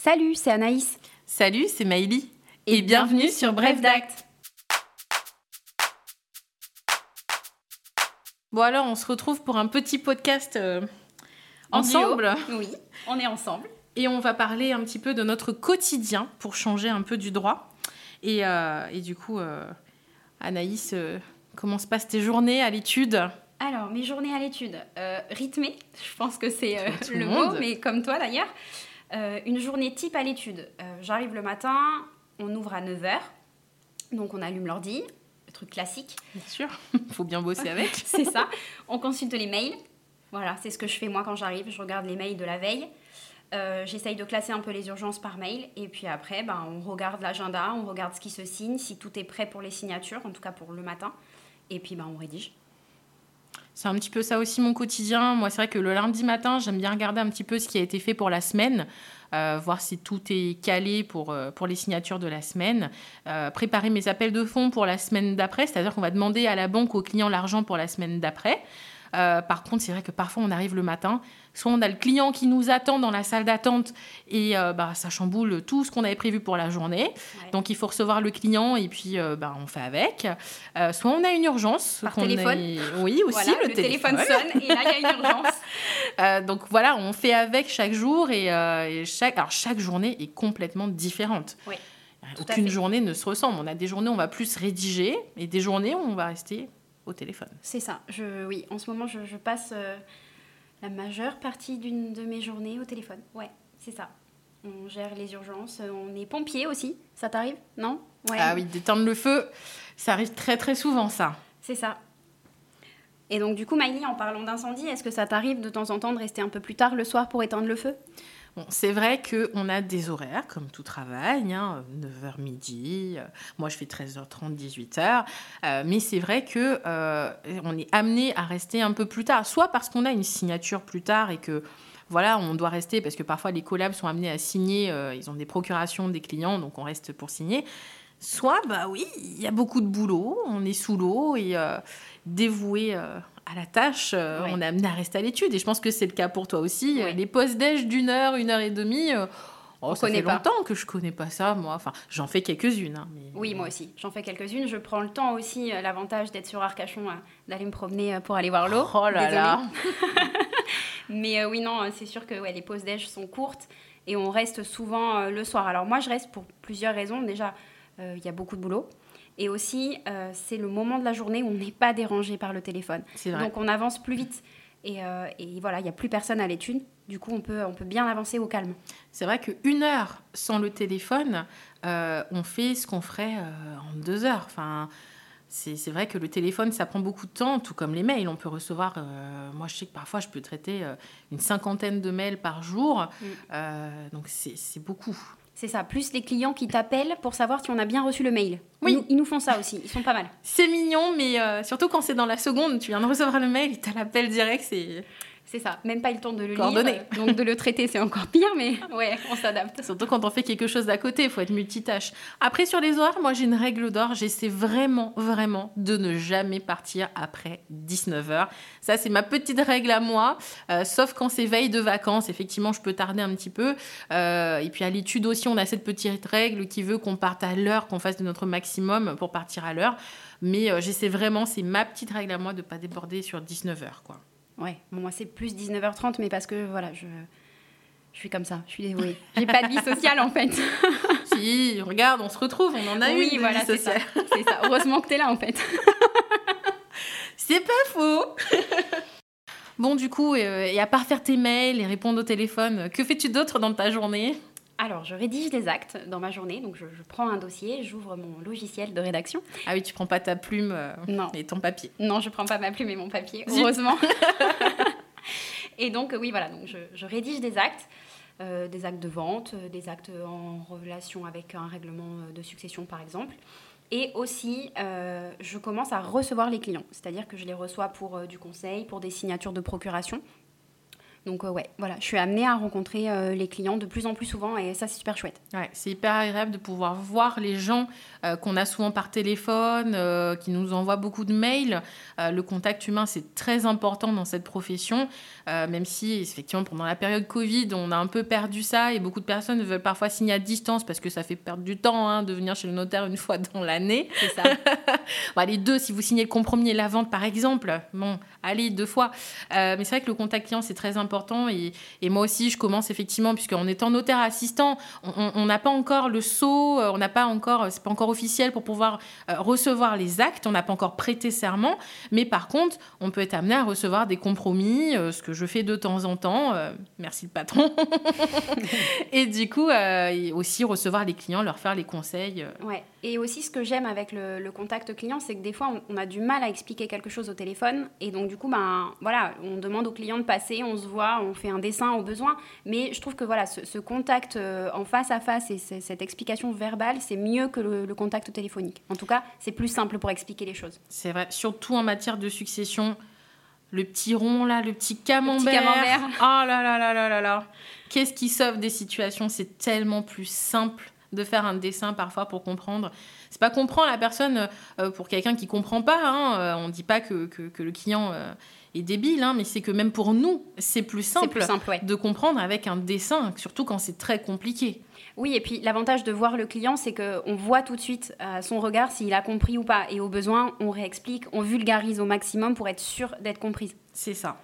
Salut, c'est Anaïs. Salut, c'est Maëlie. Et bienvenue sur Bref d'Acte. Bon alors, on se retrouve pour un petit podcast ensemble. Oui, on est ensemble. Et on va parler un petit peu de notre quotidien pour changer un peu du droit. Et du coup, Anaïs, comment se passent tes journées à l'étude ? Alors, mes journées à l'étude, rythmées, je pense que c'est Tout le mot, mais comme toi d'ailleurs. Une journée type à l'étude. J'arrive le matin, on ouvre à 9h, donc on allume l'ordi, le truc classique. Bien sûr, il faut bien bosser avec. C'est ça. On consulte les mails. Voilà, c'est ce que je fais moi quand j'arrive. Je regarde les mails de la veille. J'essaye de classer un peu les urgences par mail. Et puis après, on regarde l'agenda, on regarde ce qui se signe, si tout est prêt pour les signatures, en tout cas pour le matin. Et puis on rédige. C'est un petit peu ça aussi mon quotidien. Moi, c'est vrai que le lundi matin, j'aime bien regarder un petit peu ce qui a été fait pour la semaine, voir si tout est calé pour les signatures de la semaine, préparer mes appels de fonds pour la semaine d'après, c'est-à-dire qu'on va demander à la banque, au client, l'argent pour la semaine d'après. Par contre, c'est vrai que parfois, on arrive le matin, soit on a le client qui nous attend dans la salle d'attente et ça chamboule tout ce qu'on avait prévu pour la journée. Ouais. Donc, il faut recevoir le client et puis on fait avec. Soit on a une urgence. Par téléphone. Oui, aussi voilà, le téléphone sonne et là, il y a une urgence. Donc, voilà, on fait avec chaque jour et chaque journée est complètement différente. Oui, aucune journée ne se ressemble. On a des journées où on va plus rédiger et des journées où on va rester au téléphone. C'est ça. Oui, en ce moment, je passe la majeure partie de mes journées au téléphone. Ouais, c'est ça. On gère les urgences. On est pompier aussi. Ça t'arrive ? Non ? Ouais. Ah oui, d'éteindre le feu, ça arrive très très souvent, ça. C'est ça. Et donc, du coup, Maëlie, en parlant d'incendie, est-ce que ça t'arrive de temps en temps de rester un peu plus tard le soir pour éteindre le feu ? Bon, c'est vrai qu'on a des horaires, comme tout travail, 9h midi, moi je fais 13h30, 18h, mais c'est vrai qu'on est amené à rester un peu plus tard, soit parce qu'on a une signature plus tard et que voilà, on doit rester, parce que parfois les collabs sont amenés à signer, ils ont des procurations des clients, donc on reste pour signer, soit, oui, il y a beaucoup de boulot, on est sous l'eau et dévoué à la tâche, on est amené à rester à l'étude. Et je pense que c'est le cas pour toi aussi. Oui. Les pauses déj d'1 heure, 1h30, ça fait longtemps que je connais pas ça, moi. Enfin, j'en fais quelques-unes. Mais... Oui, moi aussi. J'en fais quelques-unes. Je prends le temps aussi, l'avantage d'être sur Arcachon, d'aller me promener pour aller voir l'eau. Oh là là. Mais oui, non, c'est sûr que les pauses déj sont courtes et on reste souvent le soir. Alors moi, je reste pour plusieurs raisons. Déjà, il y a beaucoup de boulot. Et aussi, c'est le moment de la journée où on n'est pas dérangé par le téléphone. C'est vrai. Donc, on avance plus vite. Et voilà, il n'y a plus personne à l'étude. Du coup, on peut bien avancer au calme. C'est vrai qu'1 heure sans le téléphone, on fait ce qu'on ferait en 2 heures. Enfin, c'est vrai que le téléphone, ça prend beaucoup de temps, tout comme les mails. On peut recevoir... moi, je sais que parfois, je peux traiter une 50aine de mails par jour. Donc, c'est beaucoup. C'est ça, plus les clients qui t'appellent pour savoir si on a bien reçu le mail. Oui. Ils nous font ça aussi, ils sont pas mal. C'est mignon, mais surtout quand c'est dans la seconde, tu viens de recevoir le mail et t'as l'appel direct, c'est ça, même pas eu le temps de le coordonné. Lire, donc de le traiter c'est encore pire, mais ouais, on s'adapte. Surtout quand on fait quelque chose d'à côté, il faut être multitâche. Après, sur les horaires, moi j'ai une règle d'or, j'essaie vraiment, vraiment de ne jamais partir après 19h. Ça, c'est ma petite règle à moi, sauf quand c'est veille de vacances, effectivement, je peux tarder un petit peu. Et puis à l'étude aussi, on a cette petite règle qui veut qu'on parte à l'heure, qu'on fasse de notre maximum pour partir à l'heure. Mais j'essaie vraiment, c'est ma petite règle à moi de ne pas déborder sur 19h, quoi. Ouais, bon, moi c'est plus 19h30, mais parce que voilà, je suis comme ça, je suis désolée. J'ai pas de vie sociale en fait. Si, regarde, on se retrouve, on en a une de vie sociale. C'est ça, heureusement que t'es là en fait. C'est pas faux. Bon, du coup, et à part faire tes mails et répondre au téléphone, que fais-tu d'autre dans ta journée ? Alors, je rédige des actes dans ma journée, donc je prends un dossier, j'ouvre mon logiciel de rédaction. Ah oui, tu prends pas ta plume et ton papier. Non, je prends pas ma plume et mon papier, heureusement. Et donc, oui, voilà, donc je rédige des actes de vente, des actes en relation avec un règlement de succession, par exemple. Et aussi, je commence à recevoir les clients, c'est-à-dire que je les reçois pour du conseil, pour des signatures de procuration. Donc ouais, voilà, je suis amenée à rencontrer les clients de plus en plus souvent et ça, c'est super chouette. Ouais, c'est hyper agréable de pouvoir voir les gens qu'on a souvent par téléphone, qui nous envoient beaucoup de mails. Le contact humain, c'est très important dans cette profession, même si, effectivement, pendant la période Covid, on a un peu perdu ça et beaucoup de personnes veulent parfois signer à distance parce que ça fait perdre du temps de venir chez le notaire une fois dans l'année. C'est ça. Bon, les deux, si vous signez le compromis et la vente, par exemple, bon, allez, 2 fois. Mais c'est vrai que le contact client, c'est très important et moi aussi, je commence effectivement, puisqu'en étant notaire assistant, on n'a pas encore le sceau, on n'a pas encore, c'est pas encore officiel pour pouvoir recevoir les actes, on n'a pas encore prêté serment, mais par contre, on peut être amené à recevoir des compromis, ce que je fais de temps en temps, merci le patron, et du coup, aussi recevoir les clients, leur faire les conseils. Ouais. Et aussi, ce que j'aime avec le contact client, c'est que des fois, on a du mal à expliquer quelque chose au téléphone. Et donc, du coup, voilà, on demande au client de passer, on se voit, on fait un dessin au besoin. Mais je trouve que voilà, ce contact en face à face et cette explication verbale, c'est mieux que le contact téléphonique. En tout cas, c'est plus simple pour expliquer les choses. C'est vrai, surtout en matière de succession. Le petit rond, là, le petit camembert. Le petit camembert. Oh là là là là là là. Qu'est-ce qui sauve des situations? C'est tellement plus simple de faire un dessin parfois pour comprendre. C'est pas comprendre la personne pour quelqu'un qui comprend pas. On dit pas que le client est débile, mais c'est que même pour nous, c'est plus simple, ouais. de comprendre avec un dessin, surtout quand c'est très compliqué. Oui, et puis l'avantage de voir le client, c'est qu'on voit tout de suite à son regard s'il a compris ou pas. Et au besoin, on réexplique, on vulgarise au maximum pour être sûr d'être comprise. C'est ça.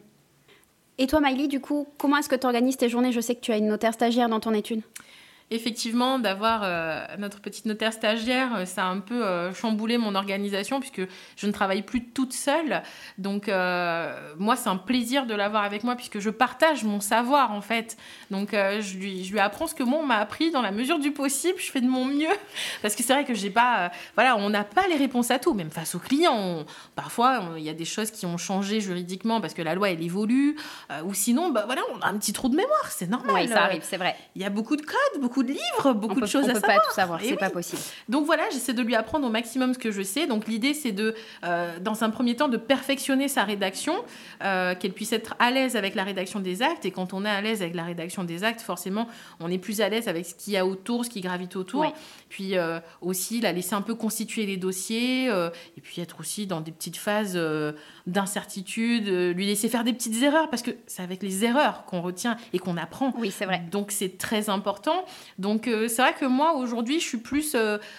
Et toi, Maïli, du coup, comment est-ce que tu organises tes journées? Je sais que tu as une notaire stagiaire dans ton étude. Effectivement, d'avoir notre petite notaire stagiaire, ça a un peu chamboulé mon organisation puisque je ne travaille plus toute seule. Donc, moi, c'est un plaisir de l'avoir avec moi puisque je partage mon savoir, en fait. Donc, je lui apprends ce que moi, on m'a appris dans la mesure du possible. Je fais de mon mieux parce que c'est vrai que j'ai pas... voilà, on n'a pas les réponses à tout, même face aux clients. Parfois, il y a des choses qui ont changé juridiquement parce que la loi, elle évolue. Ou sinon, voilà, on a un petit trou de mémoire, c'est normal. Oui, ça arrive, c'est vrai. Il y a beaucoup de codes, beaucoup de livres, beaucoup de choses à savoir. On peut pas tout savoir, c'est pas possible. Donc voilà, j'essaie de lui apprendre au maximum ce que je sais. Donc l'idée, c'est de, dans un premier temps, de perfectionner sa rédaction, qu'elle puisse être à l'aise avec la rédaction des actes. Et quand on est à l'aise avec la rédaction des actes, forcément, on est plus à l'aise avec ce qu'il y a autour, ce qui gravite autour. Ouais. Puis aussi, la laisser un peu constituer les dossiers, et puis être aussi dans des petites phases d'incertitude, lui laisser faire des petites erreurs, parce que c'est avec les erreurs qu'on retient et qu'on apprend. Oui, c'est vrai. Donc c'est très important. Donc c'est vrai que moi, aujourd'hui, je suis plus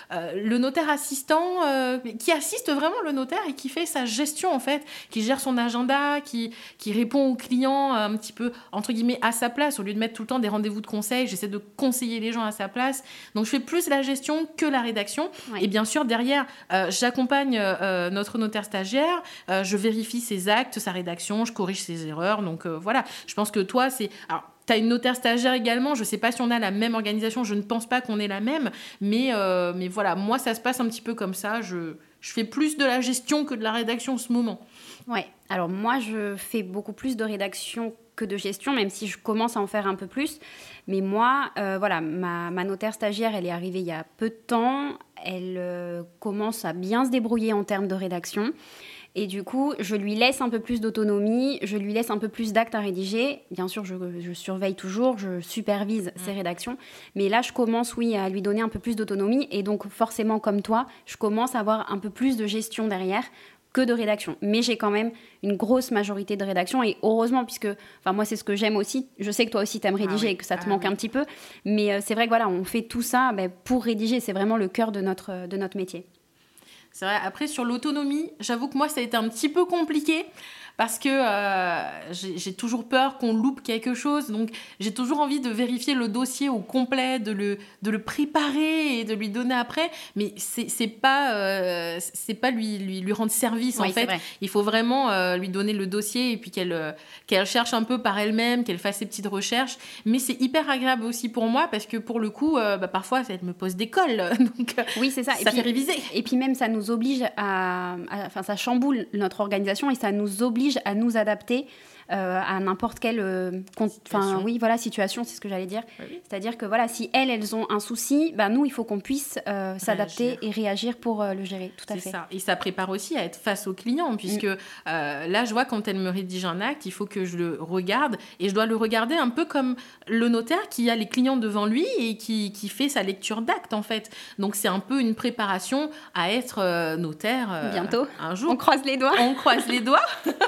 le notaire assistant qui assiste vraiment le notaire et qui fait sa gestion, en fait, qui gère son agenda, qui répond aux clients un petit peu, entre guillemets, à sa place. Au lieu de mettre tout le temps des rendez-vous de conseil, j'essaie de conseiller les gens à sa place. Donc je fais plus la gestion que la rédaction. Ouais. Et bien sûr, derrière, j'accompagne notre notaire stagiaire, je vérifie ses actes, sa rédaction, je corrige ses erreurs. Donc voilà, je pense que toi, c'est... Alors, tu as une notaire stagiaire également, je ne sais pas si on a la même organisation, je ne pense pas qu'on ait la même, mais voilà, moi ça se passe un petit peu comme ça, je fais plus de la gestion que de la rédaction en ce moment. Ouais, alors moi je fais beaucoup plus de rédaction que de gestion, même si je commence à en faire un peu plus, mais moi, voilà, ma notaire stagiaire, elle est arrivée il y a peu de temps, elle commence à bien se débrouiller en termes de rédaction. Et du coup, je lui laisse un peu plus d'autonomie, je lui laisse un peu plus d'actes à rédiger. Bien sûr, je surveille toujours, je supervise ses rédactions. Mais là, je commence, oui, à lui donner un peu plus d'autonomie. Et donc, forcément, comme toi, je commence à avoir un peu plus de gestion derrière que de rédaction. Mais j'ai quand même une grosse majorité de rédaction. Et heureusement, puisque moi, c'est ce que j'aime aussi. Je sais que toi aussi, tu aimes rédiger et que ça te manque un petit peu. Mais c'est vrai que voilà, on fait tout ça pour rédiger. C'est vraiment le cœur de notre métier. C'est vrai, après sur l'autonomie, j'avoue que moi ça a été un petit peu compliqué parce que j'ai toujours peur qu'on loupe quelque chose, donc j'ai toujours envie de vérifier le dossier au complet, de le préparer et de lui donner après, mais c'est pas lui rendre service, en fait. Il faut vraiment lui donner le dossier et puis qu'elle cherche un peu par elle-même, qu'elle fasse ses petites recherches, mais c'est hyper agréable aussi pour moi parce que pour le coup, parfois elle me pose des colles, donc oui, c'est ça. Ça fait réviser. Et puis même ça nous oblige ça chamboule notre organisation et ça nous oblige à nous adapter à n'importe quelle situation, c'est ce que j'allais dire. Oui. C'est-à-dire que voilà, si elles ont un souci, nous, il faut qu'on puisse s'adapter et réagir pour le gérer. Tout à fait. C'est ça. Et ça prépare aussi à être face au client, puisque là, je vois quand elle me rédige un acte, il faut que je le regarde, et je dois le regarder un peu comme le notaire qui a les clients devant lui et qui fait sa lecture d'acte, en fait. Donc, c'est un peu une préparation à être notaire bientôt. Un jour. On croise les doigts. On croise les doigts.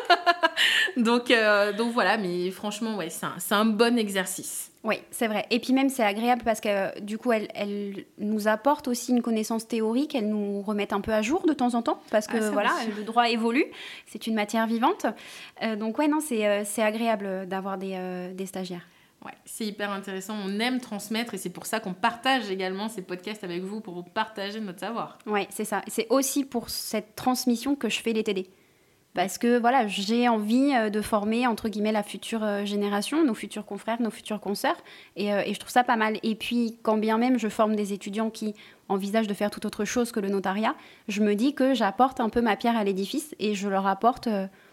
Donc voilà, mais franchement, ouais, c'est un bon exercice. Oui, c'est vrai. Et puis même, c'est agréable parce que du coup, elle nous apporte aussi une connaissance théorique, elle nous remet un peu à jour de temps en temps parce que le droit évolue, c'est une matière vivante. Donc ouais, non, c'est agréable d'avoir des stagiaires. Ouais, c'est hyper intéressant, on aime transmettre et c'est pour ça qu'on partage également ces podcasts avec vous pour vous partager notre savoir. Ouais, c'est ça. C'est aussi pour cette transmission que je fais les TD. Parce que voilà, j'ai envie de former, entre guillemets, la future génération, nos futurs confrères, nos futures consoeurs. Et je trouve ça pas mal. Et puis, quand bien même je forme des étudiants qui envisagent de faire tout autre chose que le notariat, je me dis que j'apporte un peu ma pierre à l'édifice et je leur apporte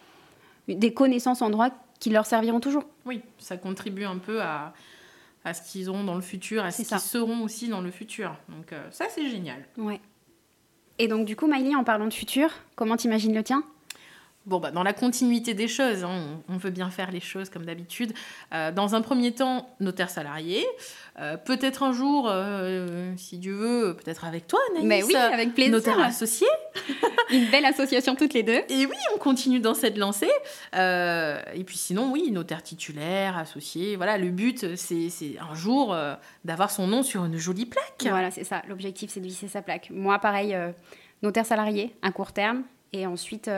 des connaissances en droit qui leur serviront toujours. Oui, ça contribue un peu à ce qu'ils auront dans le futur, à ce qu'ils seront aussi dans le futur. Donc ça, c'est génial. Ouais. Et donc, du coup, Maïli, en parlant de futur, comment t'imagines le tien ? Bon, dans la continuité des choses, on veut bien faire les choses comme d'habitude. Dans un premier temps, notaire salarié. Peut-être un jour, si Dieu veut, peut-être avec toi, Anaïs. Mais oui, avec plaisir. Notaire associé. Une belle association toutes les deux. Et oui, on continue dans cette lancée. Et puis sinon, oui, notaire titulaire, associé. Voilà, le but, c'est un jour d'avoir son nom sur une jolie plaque. Voilà, c'est ça. L'objectif, c'est de visser sa plaque. Moi, pareil, notaire salarié à court terme. Et ensuite...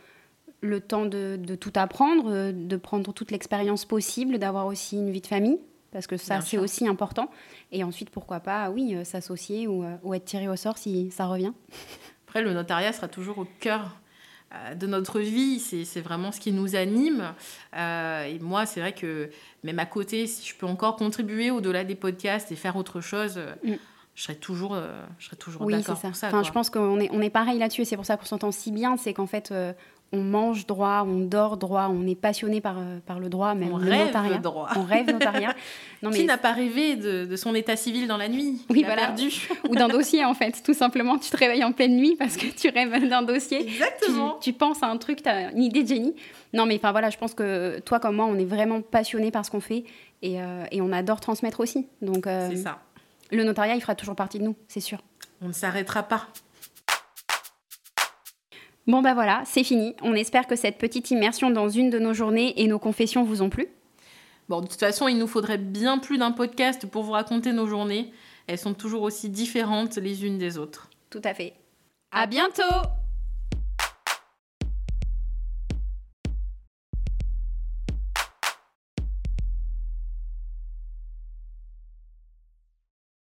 le temps de tout apprendre, de prendre toute l'expérience possible, d'avoir aussi une vie de famille, parce que ça, c'est aussi important. Et ensuite, pourquoi pas, oui, s'associer ou être tiré au sort si ça revient. Après, le notariat sera toujours au cœur de notre vie. C'est vraiment ce qui nous anime. Et moi, c'est vrai que même à côté, si je peux encore contribuer au-delà des podcasts et faire autre chose... Je serais toujours d'accord pour ça. Enfin, je pense qu'on est pareil là-dessus et c'est pour ça qu'on s'entend si bien. C'est qu'en fait, on mange droit, on dort droit, on est passionné par le droit, même le notariat. Droit. On rêve notariat. Non, mais... Qui n'a pas rêvé de son état civil dans la nuit ? Oui, voilà. Perdu. Ou d'un dossier, en fait. Tout simplement, tu te réveilles en pleine nuit parce que tu rêves d'un dossier. Exactement. Tu penses à un truc, tu as une idée de génie. Non, mais enfin voilà, je pense que toi comme moi, on est vraiment passionnés par ce qu'on fait et on adore transmettre aussi. Donc, c'est ça. Le notariat, il fera toujours partie de nous, c'est sûr. On ne s'arrêtera pas. Bon, voilà, c'est fini. On espère que cette petite immersion dans une de nos journées et nos confessions vous ont plu. Bon, de toute façon, il nous faudrait bien plus d'un podcast pour vous raconter nos journées. Elles sont toujours aussi différentes les unes des autres. Tout à fait. À bientôt!